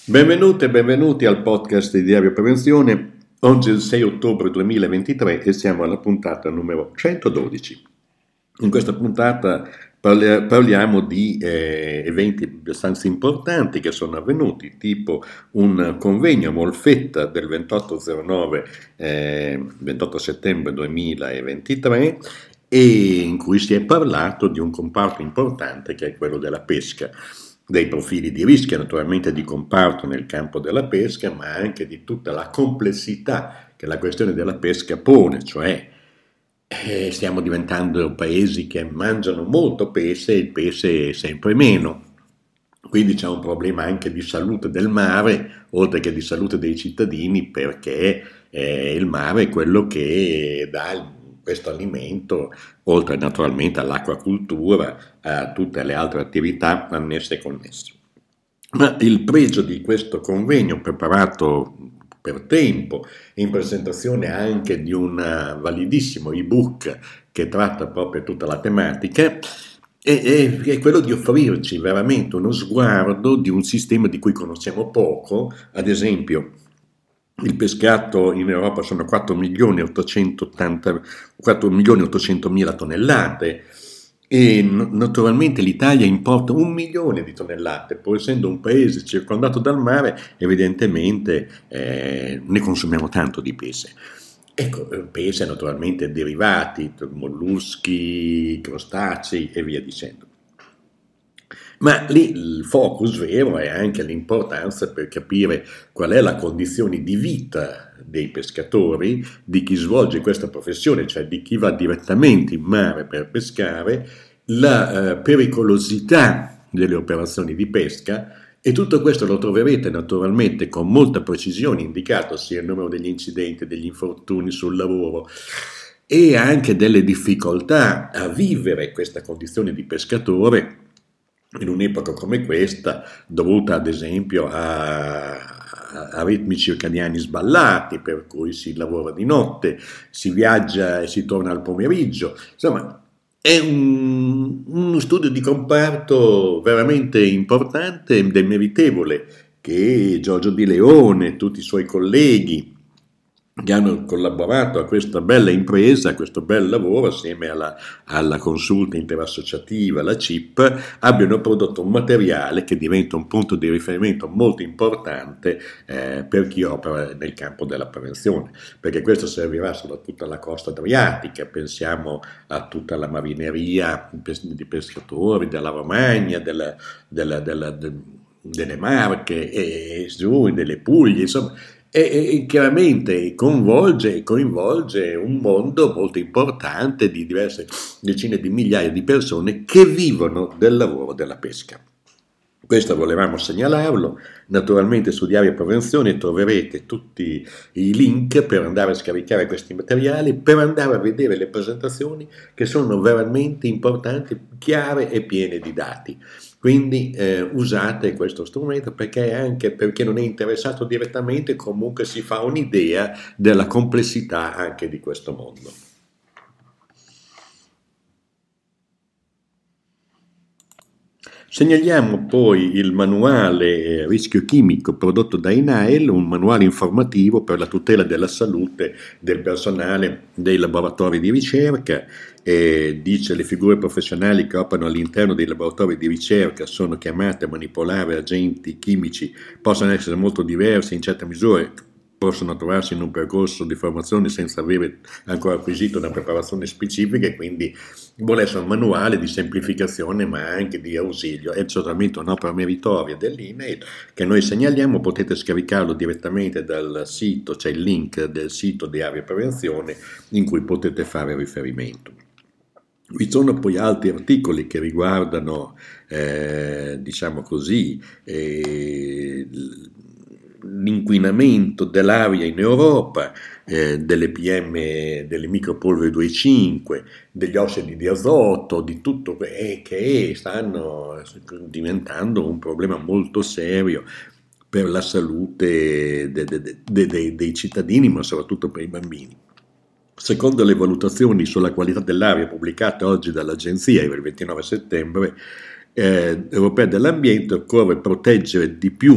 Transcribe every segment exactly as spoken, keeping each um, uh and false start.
Benvenute e benvenuti al podcast di Diario Prevenzione. Oggi è il sei ottobre duemilaventitré e siamo alla puntata numero centododici. In questa puntata parli- parliamo di eh, eventi abbastanza importanti che sono avvenuti, tipo un convegno a Molfetta del ventotto zero nove, eh, ventotto settembre duemilaventitré, e in cui si è parlato di un comparto importante che è quello della pesca, dei profili di rischio naturalmente di comparto nel campo della pesca, ma anche di tutta la complessità che la questione della pesca pone, cioè eh, stiamo diventando paesi che mangiano molto pesce e il pesce è sempre meno. Quindi c'è un problema anche di salute del mare, oltre che di salute dei cittadini, perché eh, il mare è quello che dà il- questo alimento, oltre naturalmente all'acquacultura, a tutte le altre attività annesse e connesse. Ma il pregio di questo convegno, preparato per tempo, in presentazione anche di un eh, validissimo ebook che tratta proprio tutta la tematica, è, è- è quello di offrirci veramente uno sguardo di un sistema di cui conosciamo poco. Ad esempio, il pescato in Europa sono quattro milioni ottocentottanta quattro milioni ottocentomila tonnellate e n- naturalmente l'Italia importa un milione di tonnellate, pur essendo un paese circondato dal mare, evidentemente eh, ne consumiamo tanto di pesce. Ecco, eh, pesce naturalmente derivati, molluschi, crostacei e via dicendo. Ma lì il focus vero è anche l'importanza per capire qual è la condizione di vita dei pescatori, di chi svolge questa professione, cioè di chi va direttamente in mare per pescare, la eh, pericolosità delle operazioni di pesca, e tutto questo lo troverete naturalmente con molta precisione indicato sia il numero degli incidenti, degli infortuni sul lavoro e anche delle difficoltà a vivere questa condizione di pescatore in un'epoca come questa, dovuta ad esempio a, a ritmi circadiani sballati, per cui si lavora di notte, si viaggia e si torna al pomeriggio. Insomma, è un, uno studio di comparto veramente importante ed è meritevole che Giorgio Di Leone e tutti i suoi colleghi che hanno collaborato a questa bella impresa, a questo bel lavoro, assieme alla, alla consulta interassociativa, la C I P, abbiano prodotto un materiale che diventa un punto di riferimento molto importante eh, per chi opera nel campo della prevenzione, perché questo servirà soprattutto alla costa adriatica, pensiamo a tutta la marineria di pescatori della Romagna, della, della, della, de, delle Marche e giù, delle Puglie, insomma. E, e chiaramente coinvolge e coinvolge un mondo molto importante di diverse decine di migliaia di persone che vivono del lavoro della pesca. Questo volevamo segnalarlo. Naturalmente su Diario Prevenzione troverete tutti i link per andare a scaricare questi materiali, per andare a vedere le presentazioni che sono veramente importanti, chiare e piene di dati. Quindi eh, usate questo strumento, perché anche per chi non è interessato direttamente comunque si fa un'idea della complessità anche di questo mondo. Segnaliamo poi il manuale Rischio chimico prodotto da I N A I L, un manuale informativo per la tutela della salute del personale dei laboratori di ricerca. E dice: le figure professionali che operano all'interno dei laboratori di ricerca sono chiamate a manipolare agenti chimici, possono essere molto diversi, in certe misure possono trovarsi in un percorso di formazione senza avere ancora acquisito una preparazione specifica, e quindi vuole essere un manuale di semplificazione ma anche di ausilio. È totalmente un'opera meritoria dell'I N A I L che noi segnaliamo. Potete scaricarlo direttamente dal sito, c'è il link del sito di Diario Prevenzione in cui potete fare riferimento. Vi sono poi altri articoli che riguardano, eh, diciamo così, eh, l'inquinamento dell'aria in Europa, eh, delle P M, delle micropolveri due virgola cinque, degli ossidi di azoto, di tutto eh, che stanno diventando un problema molto serio per la salute de, de, de, de, dei cittadini, ma soprattutto per i bambini. Secondo le valutazioni sulla qualità dell'aria pubblicate oggi dall'Agenzia, il ventinove settembre, eh, europea dell'ambiente, occorre proteggere di più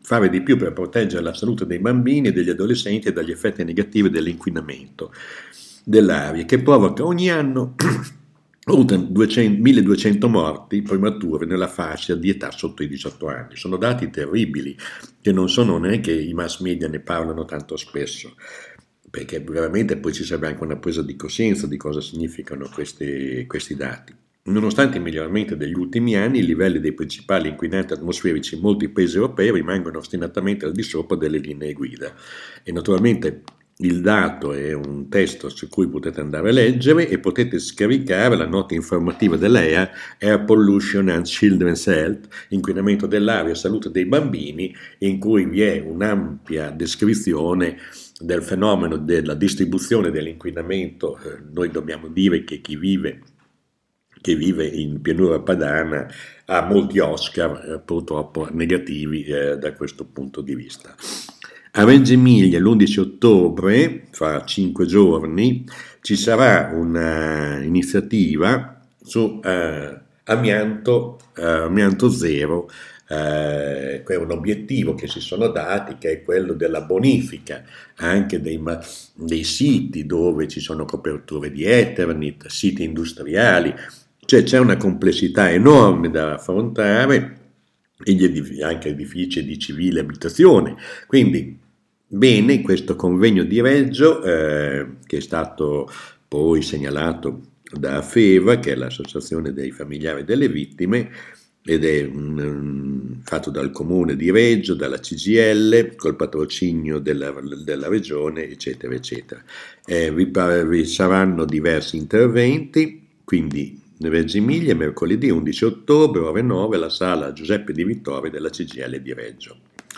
fare di più per proteggere la salute dei bambini e degli adolescenti dagli effetti negativi dell'inquinamento dell'aria, che provoca ogni anno oltre duecento, milleduecento morti prematuri nella fascia di età sotto i diciotto anni. Sono dati terribili, che non sono neanche i mass media ne parlano tanto spesso, perché veramente poi ci serve anche una presa di coscienza di cosa significano questi, questi dati. Nonostante i miglioramenti degli ultimi anni, i livelli dei principali inquinanti atmosferici in molti paesi europei rimangono ostinatamente al di sopra delle linee guida. E naturalmente il dato è un testo su cui potete andare a leggere e potete scaricare la nota informativa dell'E A, Air Pollution and Children's Health, inquinamento dell'aria e salute dei bambini, in cui vi è un'ampia descrizione del fenomeno della distribuzione dell'inquinamento. Eh, noi dobbiamo dire che chi vive che vive in pianura padana ha molti Oscar eh, purtroppo negativi eh, da questo punto di vista. A Reggio Emilia l'undici ottobre, fra cinque giorni, ci sarà un'iniziativa su eh, amianto, eh, amianto zero, eh, è un obiettivo che si sono dati, che è quello della bonifica anche dei, dei siti dove ci sono coperture di Eternit, siti industriali. Cioè c'è una complessità enorme da affrontare, e gli edifici, anche edifici di civile abitazione. Quindi bene questo convegno di Reggio, eh, che è stato poi segnalato da FEVA, che è l'associazione dei familiari delle vittime, ed è um, fatto dal comune di Reggio, dalla C G I L, col patrocinio della, della regione, eccetera, eccetera. Eh, vi, vi saranno diversi interventi, quindi Reggio Emilia, mercoledì undici ottobre, ore nove, alla sala Giuseppe Di Vittorio della C G I L di Reggio.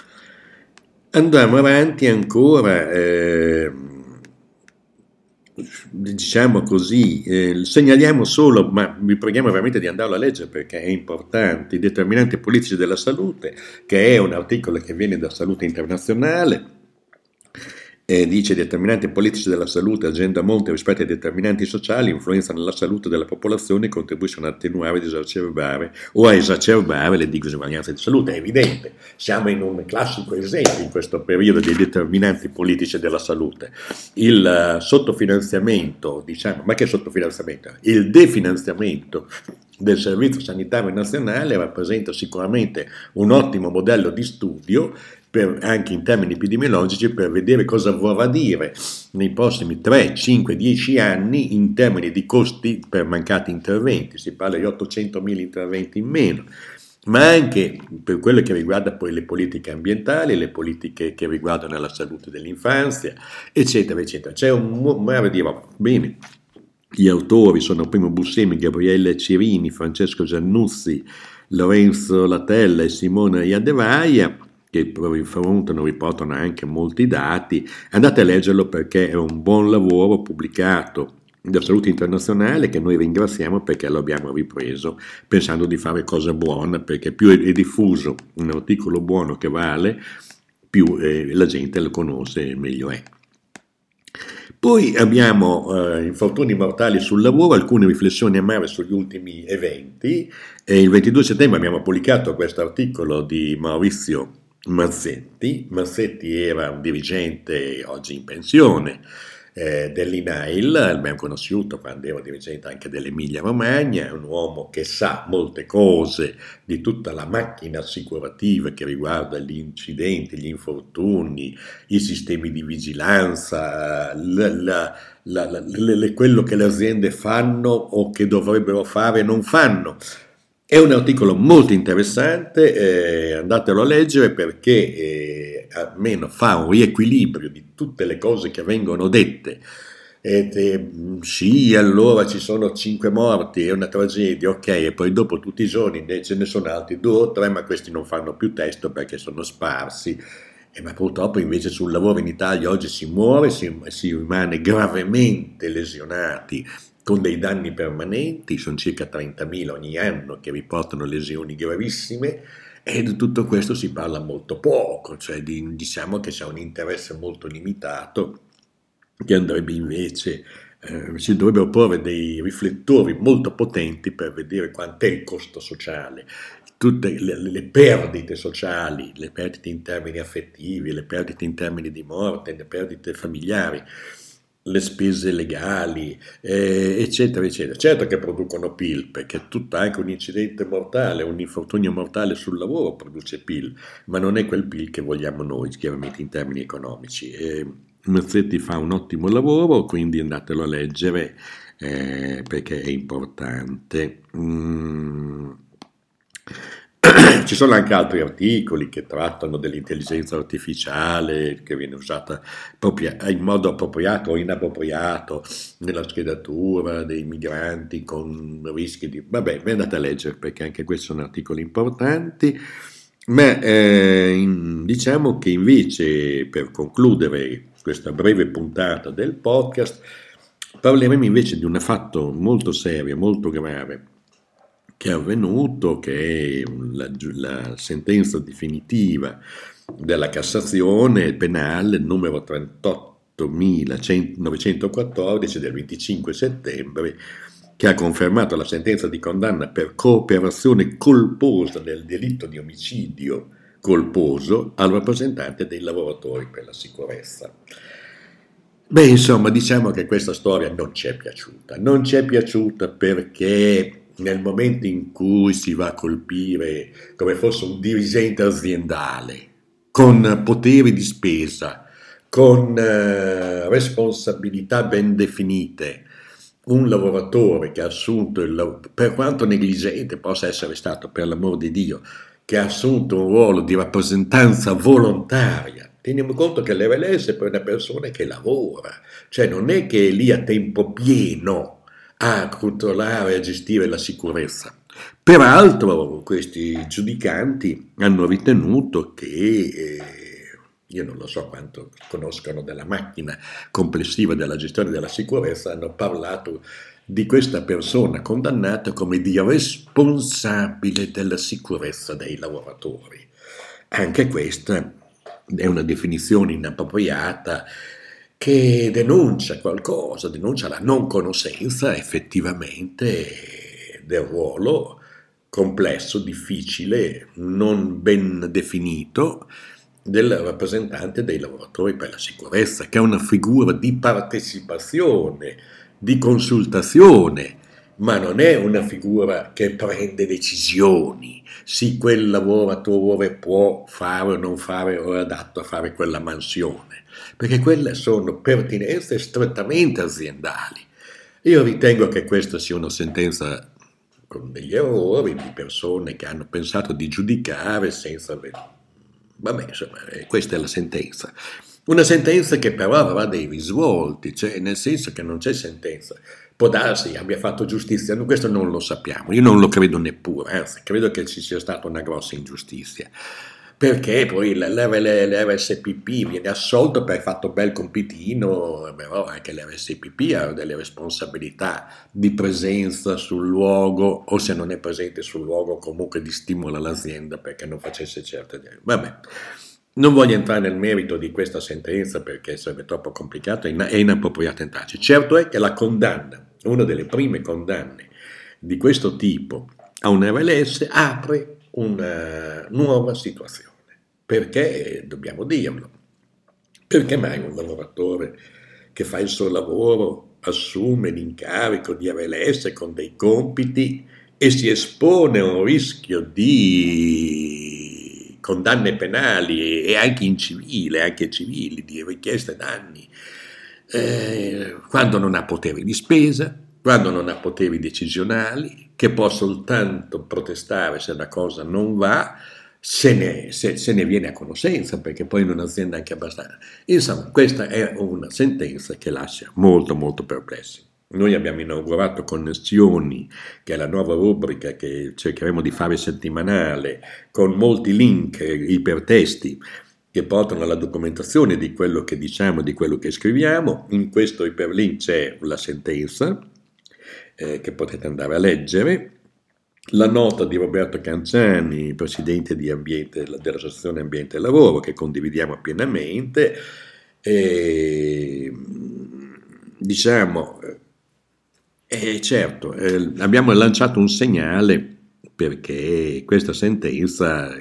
Andiamo avanti ancora, eh, diciamo così, eh, segnaliamo solo, ma vi preghiamo veramente di andarlo a leggere perché è importante, i determinanti politici della salute, che è un articolo che viene da Salute Internazionale. Eh, dice: determinanti politici della salute, agenda Monti rispetto ai determinanti sociali, influenzano la salute della popolazione e contribuiscono ad attenuare, esacerbare o a esacerbare le disuguaglianze di salute. È evidente, siamo in un classico esempio in questo periodo dei determinanti politici della salute. Il uh, sottofinanziamento, diciamo, ma che sottofinanziamento? Il definanziamento del Servizio Sanitario Nazionale rappresenta sicuramente un ottimo modello di studio, per, anche in termini epidemiologici, per vedere cosa vorrà dire nei prossimi tre, cinque, dieci anni in termini di costi per mancati interventi. Si parla di ottocentomila interventi in meno, ma anche per quello che riguarda poi le politiche ambientali, le politiche che riguardano la salute dell'infanzia, eccetera, eccetera. C'è un mare di roba. Bene. Gli autori sono Primo Buscemi, Gabriele Cirini, Francesco Giannuzzi, Lorenzo Latella e Simona Iadevaia, che affrontano, riportano anche molti dati. Andate a leggerlo perché è un buon lavoro pubblicato da Salute Internazionale, che noi ringraziamo perché lo abbiamo ripreso pensando di fare cosa buona, perché più è diffuso un articolo buono che vale, più eh, la gente lo conosce e meglio è. Poi abbiamo eh, infortuni mortali sul lavoro, alcune riflessioni amare sugli ultimi eventi. E il ventidue settembre abbiamo pubblicato questo articolo di Maurizio Mazzetti. Mazzetti era un dirigente oggi in pensione eh, dell'I N A I L, l'abbiamo conosciuto quando era dirigente anche dell'Emilia Romagna, è un uomo che sa molte cose di tutta la macchina assicurativa che riguarda gli incidenti, gli infortuni, i sistemi di vigilanza, la, la, la, la, le, quello che le aziende fanno o che dovrebbero fare e non fanno. È un articolo molto interessante, eh, andatelo a leggere perché eh, almeno fa un riequilibrio di tutte le cose che vengono dette. E, eh, sì, allora ci sono cinque morti, è una tragedia, ok, e poi dopo tutti i giorni ne, ce ne sono altri due o tre, ma questi non fanno più testo perché sono sparsi. Eh, ma purtroppo invece sul lavoro in Italia oggi si muore, si, si rimane gravemente lesionati, con dei danni permanenti, sono circa trentamila ogni anno che riportano lesioni gravissime, e di tutto questo si parla molto poco, cioè di, diciamo che c'è un interesse molto limitato che andrebbe invece eh, si dovrebbero porre dei riflettori molto potenti per vedere quant'è il costo sociale, tutte le, le perdite sociali, le perdite in termini affettivi, le perdite in termini di morte, le perdite familiari, le spese legali, eh, eccetera, eccetera. Certo che producono P I L, perché tutto, anche un incidente mortale, un infortunio mortale sul lavoro produce P I L, ma non è quel P I L che vogliamo noi, chiaramente in termini economici. Eh, Mazzetti fa un ottimo lavoro, quindi andatelo a leggere, eh, perché è importante. Mm. Ci sono anche altri articoli che trattano dell'intelligenza artificiale che viene usata in modo appropriato o inappropriato nella schedatura dei migranti con rischi di... Vabbè, vi andate a leggere perché anche questi sono articoli importanti, ma eh, in, diciamo che invece, per concludere questa breve puntata del podcast, parleremo invece di un fatto molto serio, molto grave, che è avvenuto, che è la, la sentenza definitiva della Cassazione penale numero trentottomilanovecentoquattordici del venticinque settembre, che ha confermato la sentenza di condanna per cooperazione colposa nel delitto di omicidio colposo al rappresentante dei lavoratori per la sicurezza. Beh, insomma, diciamo che questa storia non ci è piaciuta. Non ci è piaciuta perché nel momento in cui si va a colpire come fosse un dirigente aziendale, con poteri di spesa, con eh, responsabilità ben definite, un lavoratore che ha assunto, il, per quanto negligente possa essere stato, per l'amor di Dio, che ha assunto un ruolo di rappresentanza volontaria. Teniamo conto che l'R L S è per una persona che lavora, cioè non è che è lì a tempo pieno a controllare e a gestire la sicurezza. Peraltro questi giudicanti hanno ritenuto che, eh, io non lo so quanto conoscano della macchina complessiva della gestione della sicurezza, hanno parlato di questa persona condannata come di responsabile della sicurezza dei lavoratori. Anche questa è una definizione inappropriata che denuncia qualcosa, denuncia la non conoscenza effettivamente del ruolo complesso, difficile, non ben definito del rappresentante dei lavoratori per la sicurezza, che è una figura di partecipazione, di consultazione, ma non è una figura che prende decisioni. Sì, quel lavoratore può fare o non fare o è adatto a fare quella mansione, perché quelle sono pertinenze strettamente aziendali. Io ritengo che questa sia una sentenza con degli errori di persone che hanno pensato di giudicare senza... Vabbè, insomma, questa è la sentenza. Una sentenza che però avrà dei risvolti, cioè nel senso che non c'è sentenza. Può darsi abbia fatto giustizia, questo non lo sappiamo, io non lo credo neppure, anzi credo che ci sia stata una grossa ingiustizia, perché poi l'R S P P viene assolto per aver fatto bel compitino, però anche l'R S P P ha delle responsabilità di presenza sul luogo, o se non è presente sul luogo comunque di stimola l'azienda perché non facesse certe... Vabbè. Non voglio entrare nel merito di questa sentenza perché sarebbe troppo complicato e inappropriato entrarci. Certo è che la condanna, una delle prime condanne di questo tipo a un R L S, apre una nuova situazione. Perché, dobbiamo dirlo, perché mai un lavoratore che fa il suo lavoro assume l'incarico di R L S con dei compiti e si espone a un rischio di condanne penali e anche in civile, anche civili, di richieste danni, eh, quando non ha poteri di spesa, quando non ha poteri decisionali, che può soltanto protestare se la cosa non va, se ne, se, se ne viene a conoscenza, perché poi in un'azienda anche abbastanza. Insomma, questa è una sentenza che lascia molto molto perplessi. Noi abbiamo inaugurato Connessioni, che è la nuova rubrica che cercheremo di fare settimanale, con molti link, ipertesti, che portano alla documentazione di quello che diciamo, di quello che scriviamo. In questo iperlink c'è la sentenza, eh, che potete andare a leggere, la nota di Roberto Canciani, presidente di ambiente, dell'Associazione Ambiente e Lavoro, che condividiamo pienamente, e diciamo, eh, certo, eh, abbiamo lanciato un segnale perché questa sentenza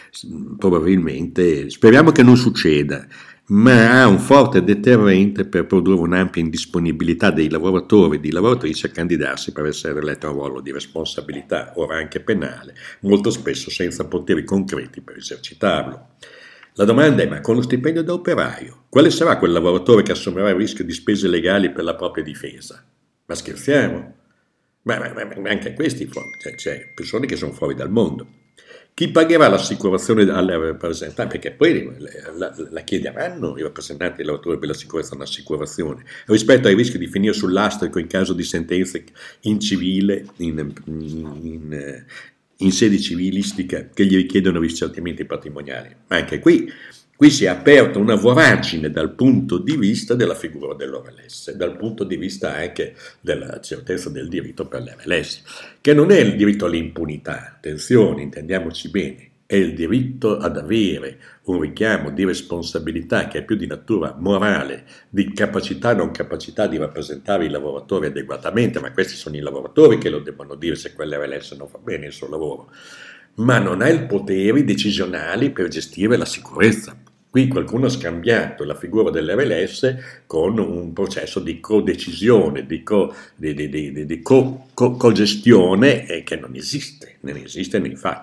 probabilmente, speriamo che non succeda, ma ha un forte deterrente per produrre un'ampia indisponibilità dei lavoratori e di lavoratrici a candidarsi per essere eletti a un ruolo di responsabilità, ora anche penale, molto spesso senza poteri concreti per esercitarlo. La domanda è: ma con lo stipendio da operaio, quale sarà quel lavoratore che assumerà il rischio di spese legali per la propria difesa? Ma scherziamo? Ma, ma, ma anche questi fuori, cioè, c'è persone che sono fuori dal mondo. Chi pagherà l'assicurazione alle rappresentanti? Perché poi la, la, la chiederanno i rappresentanti dei lavoratori per la sicurezza un'assicurazione rispetto ai rischi di finire sul lastrico in caso di sentenze in civile, in, in, in, in sede civilistica, che gli richiedono risarcimenti patrimoniali. Ma anche qui, qui si è aperta una voragine dal punto di vista della figura dell'O R L S, dal punto di vista anche della certezza del diritto per l'O R L S, che non è il diritto all'impunità, attenzione, intendiamoci bene, è il diritto ad avere un richiamo di responsabilità che è più di natura morale, di capacità o non capacità di rappresentare i lavoratori adeguatamente, ma questi sono i lavoratori che lo devono dire se quell'O R L S non fa bene il suo lavoro, ma non ha i poteri decisionali per gestire la sicurezza. Qui qualcuno ha scambiato la figura dell'O R L S con un processo di codecisione, di, co, di, di, di, di co, co, cogestione eh, che non esiste, non esiste nei fatti.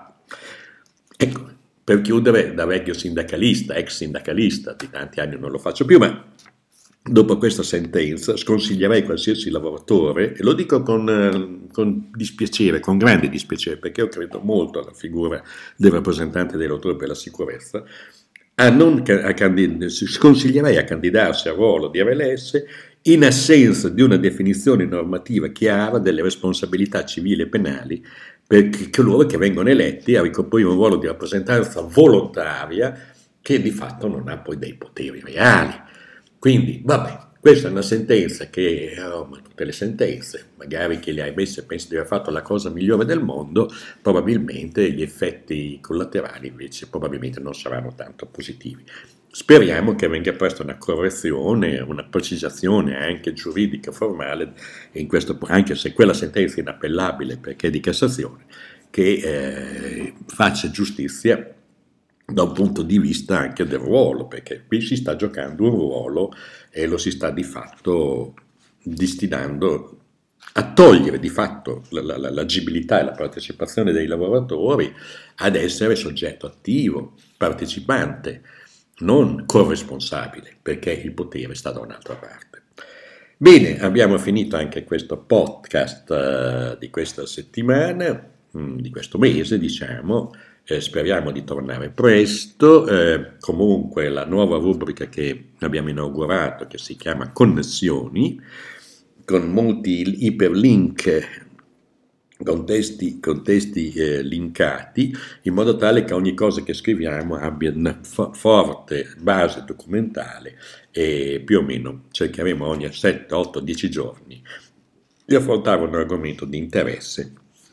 Ecco, per chiudere, da vecchio sindacalista, ex sindacalista, di tanti anni non lo faccio più, ma dopo questa sentenza sconsiglierei qualsiasi lavoratore, e lo dico con, con dispiacere, con grande dispiacere, perché io credo molto alla figura del rappresentante dei lavoratori per la sicurezza, a non a candid- sconsiglierei a candidarsi al ruolo di R L S in assenza di una definizione normativa chiara delle responsabilità civili e penali per coloro che vengono eletti a ricoprire un ruolo di rappresentanza volontaria che di fatto non ha poi dei poteri reali. Quindi, vabbè, questa è una sentenza che, oh, ma tutte le sentenze, magari chi le ha emesse pensa di aver fatto la cosa migliore del mondo, probabilmente gli effetti collaterali invece probabilmente non saranno tanto positivi. Speriamo che venga presto una correzione, una precisazione anche giuridica formale, in questo, anche se quella sentenza è inappellabile perché è di Cassazione, che eh, faccia giustizia da un punto di vista anche del ruolo, perché qui si sta giocando un ruolo e lo si sta di fatto destinando a togliere di fatto la, la, l'agibilità e la partecipazione dei lavoratori ad essere soggetto attivo, partecipante, non corresponsabile, perché il potere sta da un'altra parte. Bene, abbiamo finito anche questo podcast uh, di questa settimana, mh, di questo mese, diciamo. Eh, speriamo di tornare presto. Eh, comunque la nuova rubrica che abbiamo inaugurato, che si chiama Connessioni, con molti iperlink, con testi, con testi eh, linkati, in modo tale che ogni cosa che scriviamo abbia una fo- forte base documentale, e più o meno cercheremo ogni sette, otto, dieci giorni di affrontare un argomento di interesse,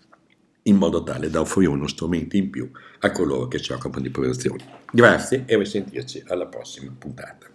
in modo tale da offrire uno strumento in più a coloro che si occupano di prevenzione. Grazie e risentirci alla prossima puntata.